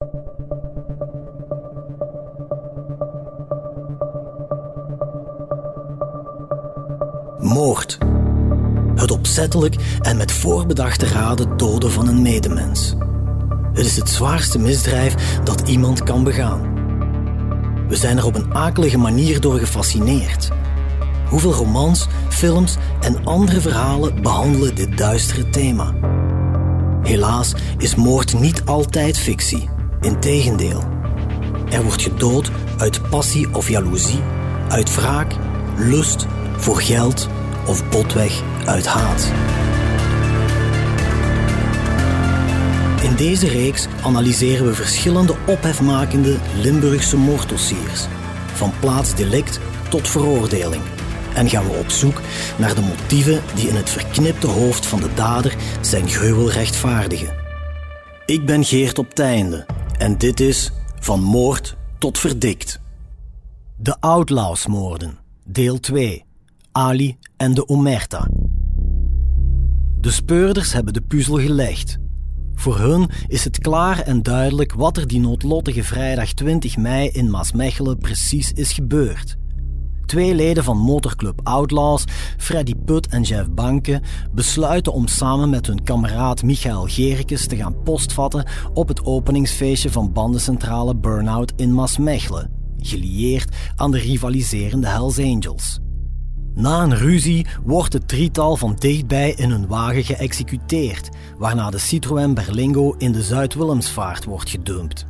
Moord. Het opzettelijk en met voorbedachte raden doden van een medemens. Het is het zwaarste misdrijf dat iemand kan begaan. We zijn er op een akelige manier door gefascineerd. Hoeveel romans, films en andere verhalen behandelen dit duistere thema? Helaas is moord niet altijd fictie. Integendeel. Er wordt gedood uit passie of jaloezie, uit wraak, lust, voor geld of botweg uit haat. In deze reeks analyseren we verschillende ophefmakende Limburgse moorddossiers, van plaatsdelict tot veroordeling, en gaan we op zoek naar de motieven die in het verknipte hoofd van de dader zijn gruwel rechtvaardigen. Ik ben Geert op Teinde en dit is Van Moord tot Verdikt. De Outlawsmoorden, deel 2. Ali en de Omerta. De speurders hebben de puzzel gelegd. Voor hun is het klaar en duidelijk wat er die noodlottige vrijdag 20 mei in Maasmechelen precies is gebeurd. 2 leden van motorclub Outlaws, Freddy Put en Jeff Banke, besluiten om samen met hun kameraad Michael Gerikes te gaan postvatten op het openingsfeestje van bandencentrale Burnout in Maasmechelen, gelieerd aan de rivaliserende Hells Angels. Na een ruzie wordt het drietal van dichtbij in hun wagen geëxecuteerd, waarna de Citroën Berlingo in de Zuid-Willemsvaart wordt gedumpt.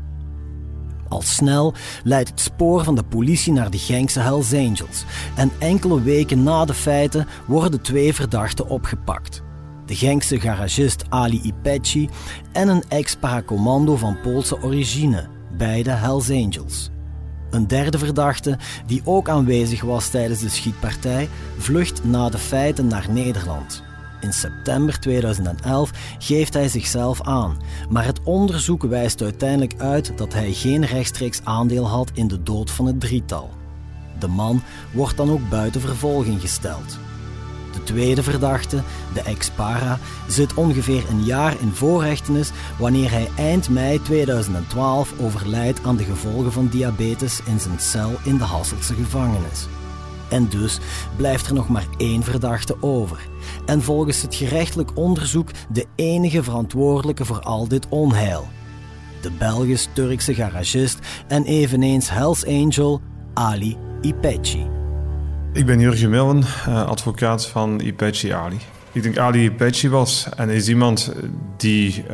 Al snel leidt het spoor van de politie naar de Genkse Hells Angels en enkele weken na de feiten worden 2 verdachten opgepakt. De Genkse garagist Ali Ipeci en een ex-paracommando van Poolse origine, beide Hells Angels. Een derde verdachte, die ook aanwezig was tijdens de schietpartij, vlucht na de feiten naar Nederland. In september 2011 geeft hij zichzelf aan, maar het onderzoek wijst uiteindelijk uit dat hij geen rechtstreeks aandeel had in de dood van het drietal. De man wordt dan ook buiten vervolging gesteld. De tweede verdachte, de ex-para, zit ongeveer een jaar in voorhechtenis wanneer hij eind mei 2012 overlijdt aan de gevolgen van diabetes in zijn cel in de Hasseltse gevangenis. En dus blijft er nog maar 1 verdachte over. En volgens het gerechtelijk onderzoek de enige verantwoordelijke voor al dit onheil. De Belgisch-Turkse garagist en eveneens Hells Angel Ali Ipeci. Ik ben Jurgen Millen, advocaat van Ipeci Ali. Ik denk Ali Ipeci was en is iemand die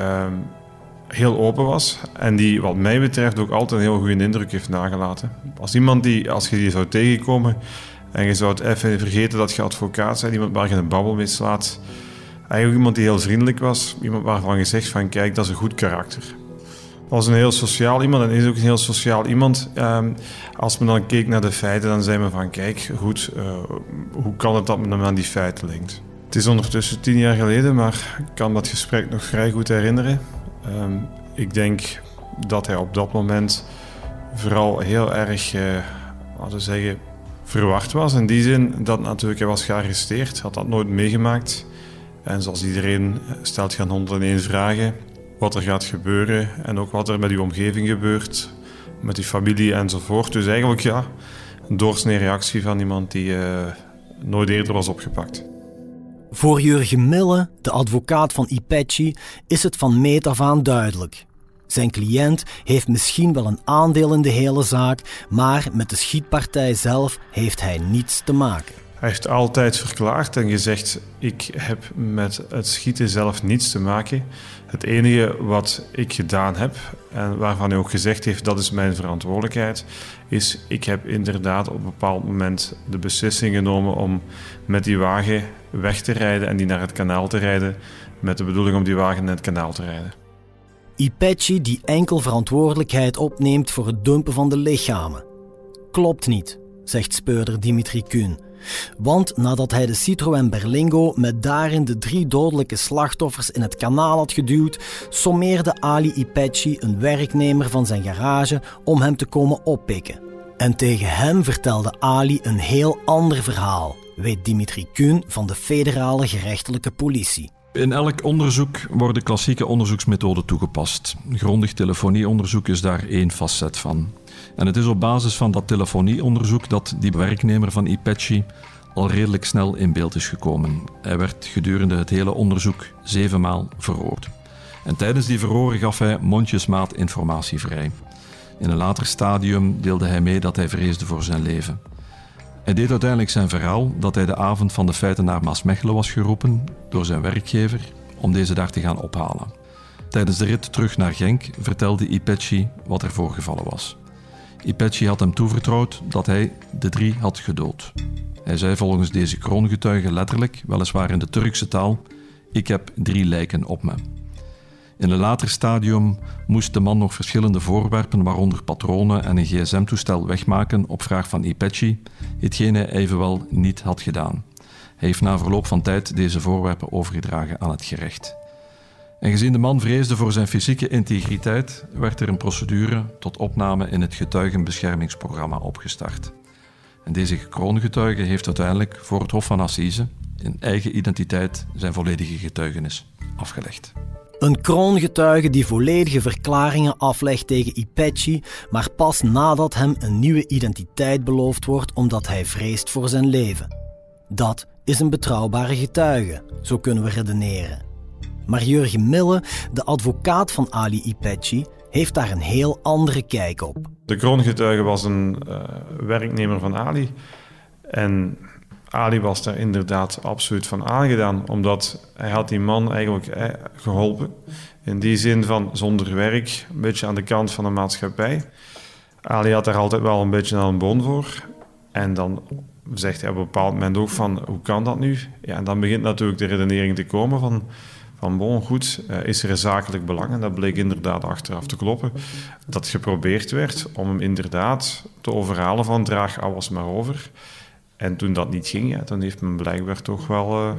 heel open was en die wat mij betreft ook altijd een heel goede indruk heeft nagelaten. Als iemand die, als je die zou tegenkomen en je zou het even vergeten dat je advocaat bent, iemand waar je een babbel mee slaat. Eigenlijk iemand die heel vriendelijk was, iemand waarvan je zegt van kijk, dat is een goed karakter. Dat was een heel sociaal iemand en is ook een heel sociaal iemand. Als men dan keek naar de feiten, dan zei men van kijk, goed, hoe kan het dat men hem aan die feiten linkt? Het is ondertussen 10 jaar geleden, maar ik kan dat gesprek nog vrij goed herinneren. Ik denk dat hij op dat moment vooral heel erg, laten we zeggen, verward was. In die zin dat natuurlijk hij was gearresteerd, had dat nooit meegemaakt. En zoals iedereen stelt je aan 101 vragen wat er gaat gebeuren en ook wat er met uw omgeving gebeurt, met uw familie enzovoort. Dus eigenlijk ja, een doorsnee reactie van iemand die nooit eerder was opgepakt. Voor Jurgen Millen, de advocaat van Ipeci, is het van meet af aan duidelijk. Zijn cliënt heeft misschien wel een aandeel in de hele zaak, maar met de schietpartij zelf heeft hij niets te maken. Hij heeft altijd verklaard en gezegd, ik heb met het schieten zelf niets te maken. Het enige wat ik gedaan heb, en waarvan hij ook gezegd heeft, dat is mijn verantwoordelijkheid, is ik heb inderdaad op een bepaald moment de beslissing genomen om met die wagen weg te rijden en die naar het kanaal te rijden, met de bedoeling om die wagen in het kanaal te rijden. Ipeci die enkel verantwoordelijkheid opneemt voor het dumpen van de lichamen. Klopt niet, zegt speurder Dimitri Kuhn. Want nadat hij de Citroën Berlingo met daarin de 3 dodelijke slachtoffers in het kanaal had geduwd, sommeerde Ali Ipeci een werknemer van zijn garage om hem te komen oppikken. En tegen hem vertelde Ali een heel ander verhaal, weet Dimitri Kuhn van de federale gerechtelijke politie. In elk onderzoek worden klassieke onderzoeksmethoden toegepast. Grondig telefonieonderzoek is daar één facet van. En het is op basis van dat telefonieonderzoek dat die werknemer van Ipetchi al redelijk snel in beeld is gekomen. Hij werd gedurende het hele onderzoek 7 maal verhoord. En tijdens die verhoren gaf hij mondjesmaat informatie vrij. In een later stadium deelde hij mee dat hij vreesde voor zijn leven. Hij deed uiteindelijk zijn verhaal dat hij de avond van de feiten naar Maasmechelen was geroepen door zijn werkgever om deze daar te gaan ophalen. Tijdens de rit terug naar Genk vertelde Ipetchi wat er voorgevallen was. Ipetchi had hem toevertrouwd dat hij de 3 had gedood. Hij zei volgens deze kroongetuige letterlijk, weliswaar in de Turkse taal, ik heb 3 lijken op me. In een later stadium moest de man nog verschillende voorwerpen, waaronder patronen en een gsm-toestel, wegmaken op vraag van Ipetchi, hetgeen hij evenwel niet had gedaan. Hij heeft na verloop van tijd deze voorwerpen overgedragen aan het gerecht. En gezien de man vreesde voor zijn fysieke integriteit, werd er een procedure tot opname in het getuigenbeschermingsprogramma opgestart. En deze kroongetuige heeft uiteindelijk voor het Hof van Assise in eigen identiteit zijn volledige getuigenis afgelegd. Een kroongetuige die volledige verklaringen aflegt tegen Ipetchi, maar pas nadat hem een nieuwe identiteit beloofd wordt omdat hij vreest voor zijn leven. Dat is een betrouwbare getuige, zo kunnen we redeneren. Maar Jurgen Mille, de advocaat van Ali Ipetchi, heeft daar een heel andere kijk op. De kroongetuige was een werknemer van Ali. En Ali was daar inderdaad absoluut van aangedaan, omdat hij had die man eigenlijk geholpen. In die zin van zonder werk, een beetje aan de kant van de maatschappij. Ali had daar altijd wel een beetje aan een boon voor. En dan zegt hij op een bepaald moment ook van, hoe kan dat nu? Ja, en dan begint natuurlijk de redenering te komen van bon, goed, is er een zakelijk belang? En dat bleek inderdaad achteraf te kloppen. Dat geprobeerd werd om hem inderdaad te overhalen van draag alles maar over. En toen dat niet ging, ja, dan heeft men blijkbaar toch wel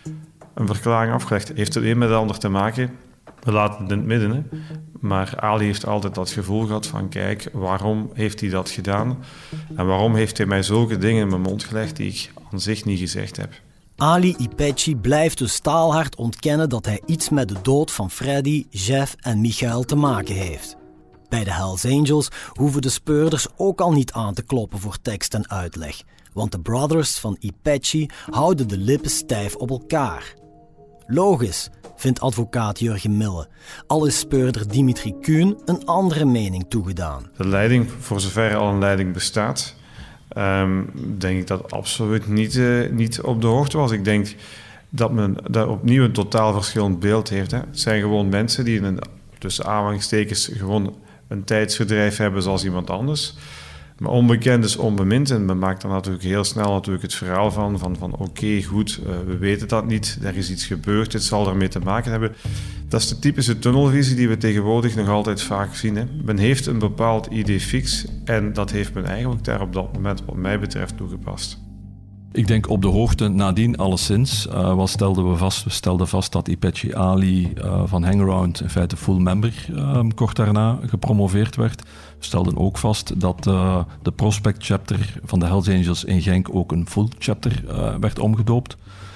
een verklaring afgelegd. Heeft het een met het ander te maken? We laten het in het midden. Hè? Maar Ali heeft altijd dat gevoel gehad van, kijk, waarom heeft hij dat gedaan? En waarom heeft hij mij zulke dingen in mijn mond gelegd die ik aan zich niet gezegd heb? Ali Ipetchi blijft dus staalhard ontkennen dat hij iets met de dood van Freddy, Jeff en Michael te maken heeft. Bij de Hells Angels hoeven de speurders ook al niet aan te kloppen voor tekst en uitleg, want de brothers van Ipetchi houden de lippen stijf op elkaar. Logisch, vindt advocaat Jurgen Mille, al is speurder Dimitri Kuhn een andere mening toegedaan. De leiding, voor zover al een leiding bestaat, denk ik dat absoluut niet op de hoogte was. Ik denk dat men daar opnieuw een totaal verschillend beeld heeft. Hè. Het zijn gewoon mensen die tussen aanhalingstekens gewoon een tijdsverdrijf hebben zoals iemand anders. Maar onbekend is onbemind en men maakt dan natuurlijk heel snel het verhaal van oké, goed, we weten dat niet, er is iets gebeurd, dit zal ermee te maken hebben. Dat is de typische tunnelvisie die we tegenwoordig nog altijd vaak zien. Hè. Men heeft een bepaald idee fix en dat heeft men eigenlijk daar op dat moment wat mij betreft toegepast. Ik denk op de hoogte nadien alleszins. We stelden vast dat Ipetchi Ali van Hangaround in feite full member kort daarna gepromoveerd werd. We stelden ook vast dat de prospect chapter van de Hells Angels in Genk ook een full chapter werd omgedoopt.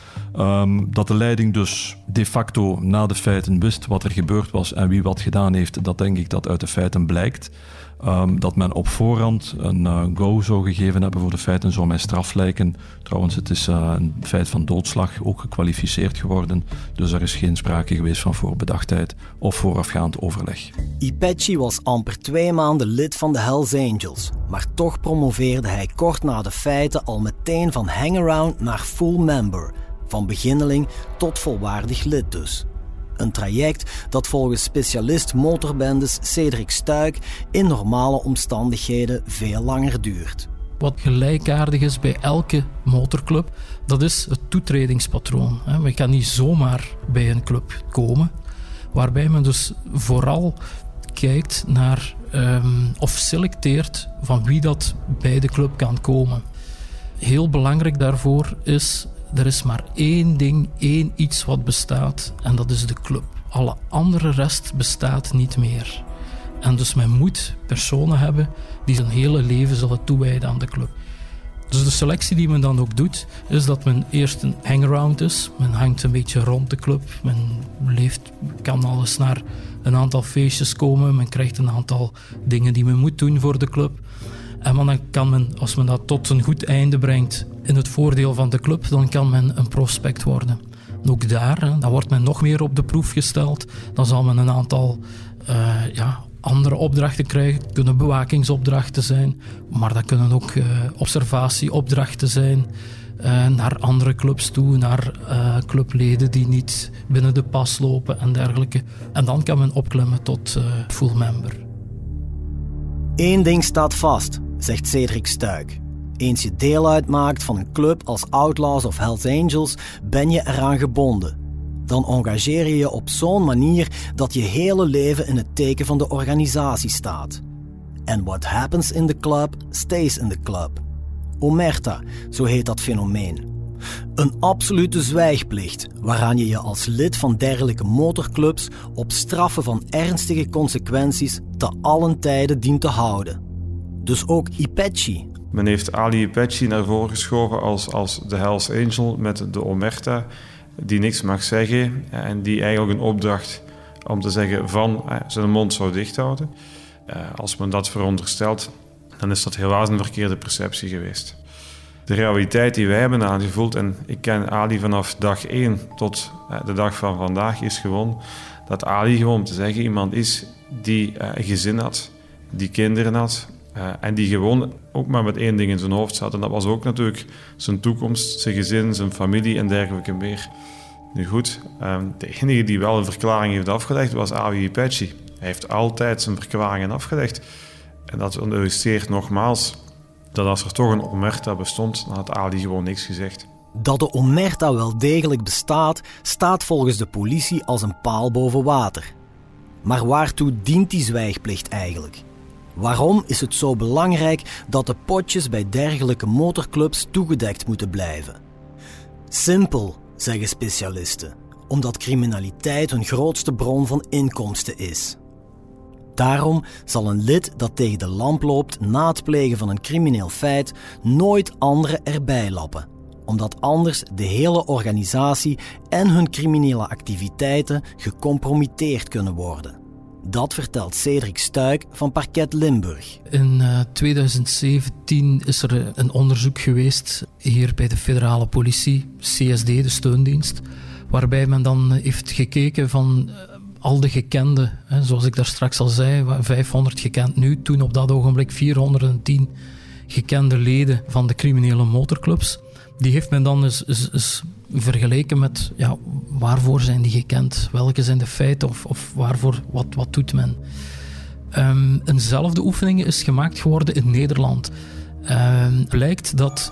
Dat de leiding dus de facto na de feiten wist wat er gebeurd was en wie wat gedaan heeft, dat denk ik dat uit de feiten blijkt. Dat men op voorhand een go zou gegeven hebben voor de feiten zou mij straf lijken. Trouwens, het is een feit van doodslag ook gekwalificeerd geworden. Dus er is geen sprake geweest van voorbedachtheid of voorafgaand overleg. Ipetchi was amper 2 maanden lid van de Hells Angels. Maar toch promoveerde hij kort na de feiten al meteen van hangaround naar full member. Van beginneling tot volwaardig lid dus. Een traject dat volgens specialist motorbendes Cedric Stuik in normale omstandigheden veel langer duurt. Wat gelijkaardig is bij elke motorclub, dat is het toetredingspatroon. We gaan niet zomaar bij een club komen, waarbij men dus vooral kijkt naar of selecteert van wie dat bij de club kan komen. Heel belangrijk daarvoor is, er is maar één iets wat bestaat en dat is de club. Alle andere rest bestaat niet meer. En dus men moet personen hebben die zijn hele leven zullen toewijden aan de club. Dus de selectie die men dan ook doet, is dat men eerst een hangaround is. Men hangt een beetje rond de club. Men kan al eens naar een aantal feestjes komen. Men krijgt een aantal dingen die men moet doen voor de club. En dan kan men, als men dat tot een goed einde brengt in het voordeel van de club, dan kan men een prospect worden. En ook daar, dan wordt men nog meer op de proef gesteld. Dan zal men een aantal andere opdrachten krijgen. Het kunnen bewakingsopdrachten zijn, maar dat kunnen ook observatieopdrachten zijn naar andere clubs toe, naar clubleden die niet binnen de pas lopen en dergelijke. En dan kan men opklimmen tot full member. Eén ding staat vast, zegt Cedric Stuyck. Eens je deel uitmaakt van een club als Outlaws of Hells Angels, ben je eraan gebonden. Dan engageer je je op zo'n manier dat je hele leven in het teken van de organisatie staat. And what happens in the club, stays in the club. Omerta, zo heet dat fenomeen. Een absolute zwijgplicht, waaraan je je als lid van dergelijke motorclubs op straffen van ernstige consequenties te allen tijden dient te houden. Dus ook Ipetchi. Men heeft Ali Ipetchi naar voren geschoven als de Hells Angel met de Omerta, die niks mag zeggen en die eigenlijk een opdracht om te zeggen van zijn mond zou dicht houden. Als men dat veronderstelt, dan is dat helaas een verkeerde perceptie geweest. De realiteit die wij hebben aangevoeld, en ik ken Ali vanaf dag 1 tot de dag van vandaag, is gewoon dat Ali gewoon, om te zeggen, iemand is die een gezin had, die kinderen had en die gewoon ook maar met één ding in zijn hoofd zat. En dat was ook natuurlijk zijn toekomst, zijn gezin, zijn familie en dergelijke meer. Nu goed, de enige die wel een verklaring heeft afgelegd was Ali Ipetchi. Hij heeft altijd zijn verklaringen afgelegd. En dat illustreert nogmaals dat als er toch een omerta bestond, dan had Ali gewoon niks gezegd. Dat de omerta wel degelijk bestaat, staat volgens de politie als een paal boven water. Maar waartoe dient die zwijgplicht eigenlijk? Waarom is het zo belangrijk dat de potjes bij dergelijke motorclubs toegedekt moeten blijven? Simpel, zeggen specialisten, omdat criminaliteit hun grootste bron van inkomsten is. Daarom zal een lid dat tegen de lamp loopt na het plegen van een crimineel feit nooit anderen erbij lappen, omdat anders de hele organisatie en hun criminele activiteiten gecompromitteerd kunnen worden. Dat vertelt Cedric Stuyck van Parket Limburg. In 2017 is er een onderzoek geweest hier bij de federale politie, CSD, de steundienst, waarbij men dan heeft gekeken van al de gekende, zoals ik daar straks al zei, 500 gekend nu, toen op dat ogenblik 410 gekende leden van de criminele motorclubs. Die heeft men dan eens vergeleken met waarvoor zijn die gekend, welke zijn de feiten of waarvoor, wat doet men. Eenzelfde oefening is gemaakt geworden in Nederland. Blijkt dat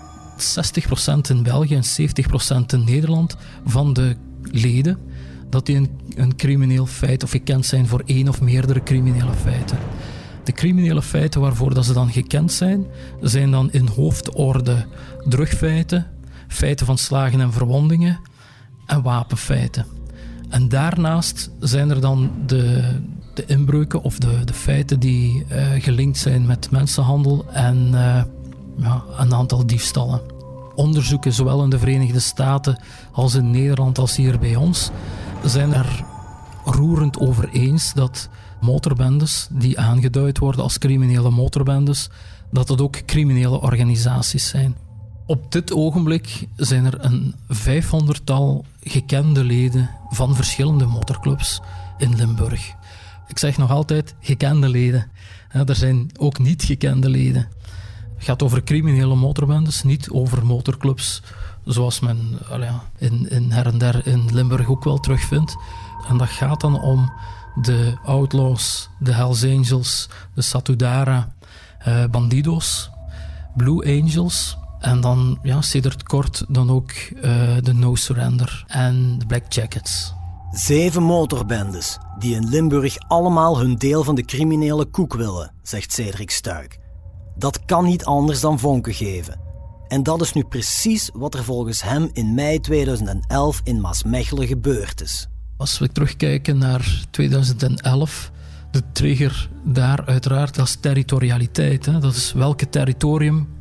60% in België en 70% in Nederland van de leden dat die een crimineel feit of gekend zijn voor één of meerdere criminele feiten. De criminele feiten waarvoor dat ze dan gekend zijn dan in hoofdorde drugfeiten, feiten van slagen en verwondingen en wapenfeiten. En daarnaast zijn er dan de inbreuken of de feiten die gelinkt zijn met mensenhandel en een aantal diefstallen. Onderzoeken, zowel in de Verenigde Staten als in Nederland als hier bij ons, zijn er roerend over eens dat motorbendes die aangeduid worden als criminele motorbendes, dat het ook criminele organisaties zijn. Op dit ogenblik zijn er een 500-tal gekende leden van verschillende motorclubs in Limburg. Ik zeg nog altijd gekende leden. Er zijn ook niet gekende leden. Het gaat over criminele motorbendes, niet over motorclubs zoals men in her en der in Limburg ook wel terugvindt. En dat gaat dan om de Outlaws, de Hells Angels, de Satudara, Bandidos, Blue Angels en dan, sedert kort, dan ook de No Surrender en de Black Jackets. 7 motorbendes die in Limburg allemaal hun deel van de criminele koek willen, zegt Cedric Stuyck. Dat kan niet anders dan vonken geven. En dat is nu precies wat er volgens hem in mei 2011 in Maasmechelen gebeurd is. Als we terugkijken naar 2011, de trigger daar uiteraard, dat is territorialiteit. Dat is welke territorium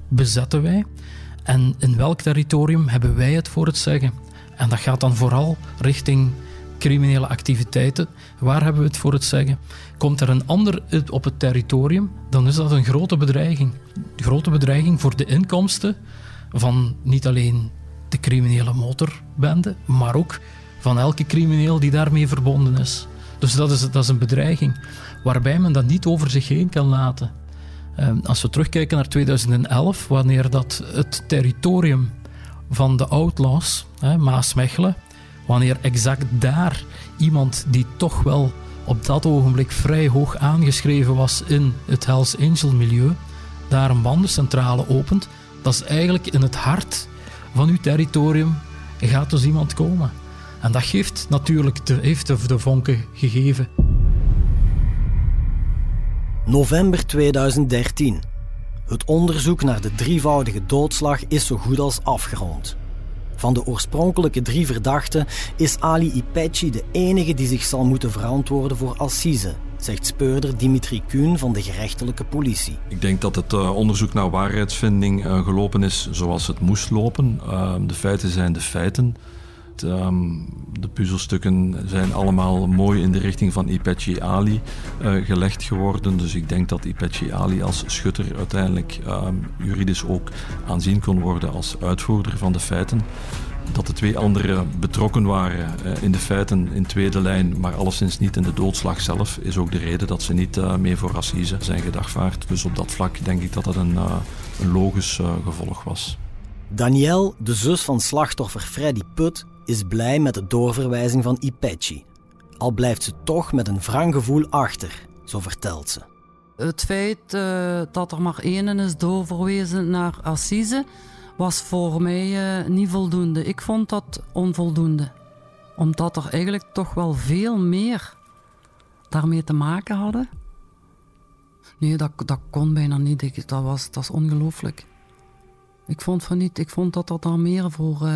bezetten wij en in welk territorium hebben wij het voor het zeggen. En dat gaat dan vooral richting criminele activiteiten. Waar hebben we het voor het zeggen? Komt er een ander op het territorium, dan is dat een grote bedreiging. Een grote bedreiging voor de inkomsten van niet alleen de criminele motorbende, maar ook van elke crimineel die daarmee verbonden is. Dus dat is een bedreiging waarbij men dat niet over zich heen kan laten. Als we terugkijken naar 2011, wanneer dat het territorium van de outlaws, Maasmechelen, wanneer exact daar iemand die toch wel op dat ogenblik vrij hoog aangeschreven was in het Hells Angel milieu, daar een bandencentrale opent, dat is eigenlijk in het hart van uw territorium gaat dus iemand komen. En dat heeft natuurlijk de vonken gegeven. November 2013. Het onderzoek naar de drievoudige doodslag is zo goed als afgerond. Van de oorspronkelijke 3 verdachten is Ali Ipetchi de enige die zich zal moeten verantwoorden voor assise, zegt speurder Dimitri Kuhn van de gerechtelijke politie. Ik denk dat het onderzoek naar waarheidsvinding gelopen is zoals het moest lopen. De feiten zijn de feiten. De puzzelstukken zijn allemaal mooi in de richting van Ipetchi Ali gelegd geworden. Dus ik denk dat Ipetchi Ali als schutter uiteindelijk juridisch ook aanzien kon worden als uitvoerder van de feiten. Dat de 2 anderen betrokken waren in de feiten in tweede lijn, maar alleszins niet in de doodslag zelf, is ook de reden dat ze niet mee voor assise zijn gedagvaard. Dus op dat vlak denk ik dat dat een logisch gevolg was. Danielle, de zus van slachtoffer Freddy Put, is blij met de doorverwijzing van Ipetchi. Al blijft ze toch met een wrang gevoel achter, zo vertelt ze. Het feit dat er maar 1 is doorverwezen naar assise was voor mij niet voldoende. Ik vond dat onvoldoende. Omdat er eigenlijk toch wel veel meer daarmee te maken hadden. Nee, dat kon bijna niet. Dat is ongelooflijk. Ik vond van niet. Ik vond dat er daar meer voor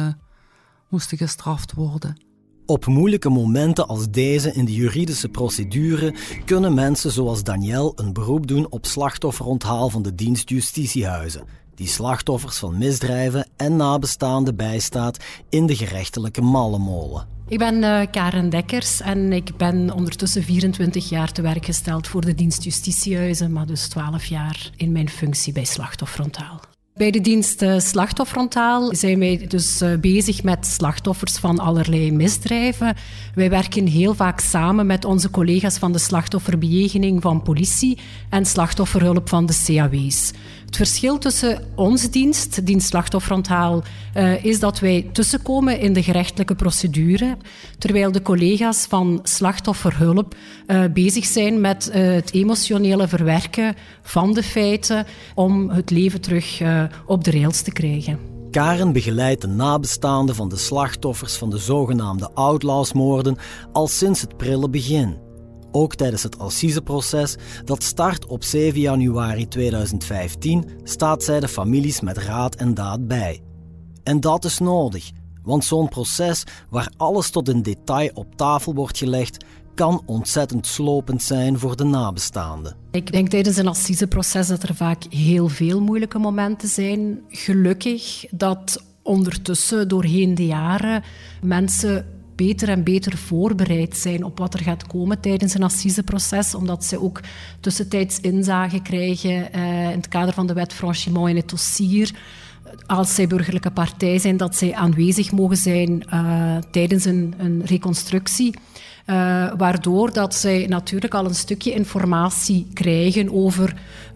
moest gestraft worden. Op moeilijke momenten als deze in de juridische procedure kunnen mensen zoals Danielle een beroep doen op slachtofferonthaal van de dienst Justitiehuizen, die slachtoffers van misdrijven en nabestaanden bijstaat in de gerechtelijke mallemolen. Ik ben Karen Dekkers en ik ben ondertussen 24 jaar te werk gesteld voor de dienst Justitiehuizen, maar dus 12 jaar in mijn functie bij slachtofferonthaal. Bij de dienst slachtofferonthaal zijn wij dus bezig met slachtoffers van allerlei misdrijven. Wij werken heel vaak samen met onze collega's van de slachtofferbejegening van politie en slachtofferhulp van de CAW's. Het verschil tussen onze dienst slachtofferonthaal, is dat wij tussenkomen in de gerechtelijke procedure, terwijl de collega's van slachtofferhulp bezig zijn met het emotionele verwerken van de feiten om het leven terug op de rails te krijgen. Karen begeleidt de nabestaanden van de slachtoffers van de zogenaamde outlawsmoorden al sinds het prille begin. Ook tijdens het assiseproces, dat start op 7 januari 2015, staat zij de families met raad en daad bij. En dat is nodig, want zo'n proces waar alles tot in detail op tafel wordt gelegd, kan ontzettend slopend zijn voor de nabestaanden. Ik denk tijdens een assiseproces dat er vaak heel veel moeilijke momenten zijn. Gelukkig dat ondertussen doorheen de jaren mensen beter en beter voorbereid zijn op wat er gaat komen tijdens een assiseproces, omdat ze ook tussentijds inzage krijgen in het kader van de wet Franchiment in het dossier. Als zij burgerlijke partij zijn, dat zij aanwezig mogen zijn tijdens een reconstructie. Waardoor dat zij natuurlijk al een stukje informatie krijgen over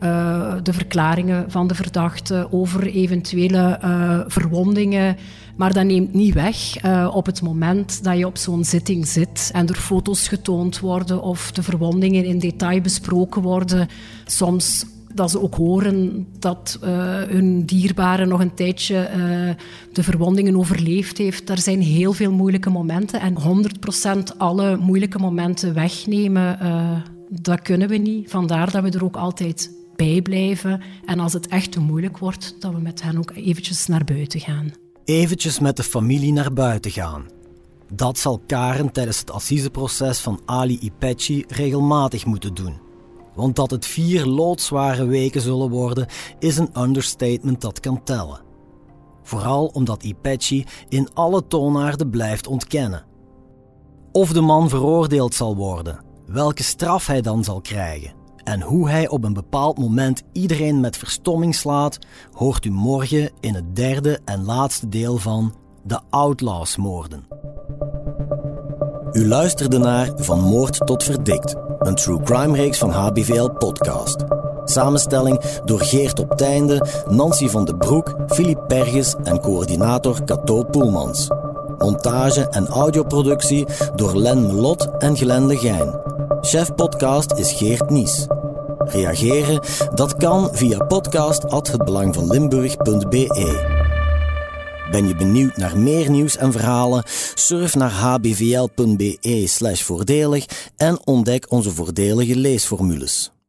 de verklaringen van de verdachte, over eventuele verwondingen. Maar dat neemt niet weg op het moment dat je op zo'n zitting zit en er foto's getoond worden of de verwondingen in detail besproken worden. Soms dat ze ook horen dat hun dierbare nog een tijdje de verwondingen overleefd heeft. Er zijn heel veel moeilijke momenten en 100% alle moeilijke momenten wegnemen, dat kunnen we niet. Vandaar dat we er ook altijd bij blijven. En als het echt te moeilijk wordt, dat we met hen ook eventjes naar buiten gaan. Eventjes met de familie naar buiten gaan. Dat zal Karen tijdens het assiseproces van Ali Ipetchi regelmatig moeten doen. Want dat het 4 loodzware weken zullen worden, is een understatement dat kan tellen. Vooral omdat Ipechi in alle toonaarden blijft ontkennen. Of de man veroordeeld zal worden, welke straf hij dan zal krijgen en hoe hij op een bepaald moment iedereen met verstomming slaat, hoort u morgen in het 3e en laatste deel van The Outlaws-moorden. U luisterde naar Van Moord tot Verdikt, een true crime-reeks van HBVL Podcast. Samenstelling door Geert op Teinde, Nancy van de Broek, Philippe Perges en coördinator Cato Poelmans. Montage en audioproductie door Len Melot en Glenn Legijn. Chef podcast is Geert Nies. Reageren? Dat kan via podcast@hetbelangvanlimburg.be. Ben je benieuwd naar meer nieuws en verhalen? Surf naar hbvl.be/voordelig en ontdek onze voordelige leesformules.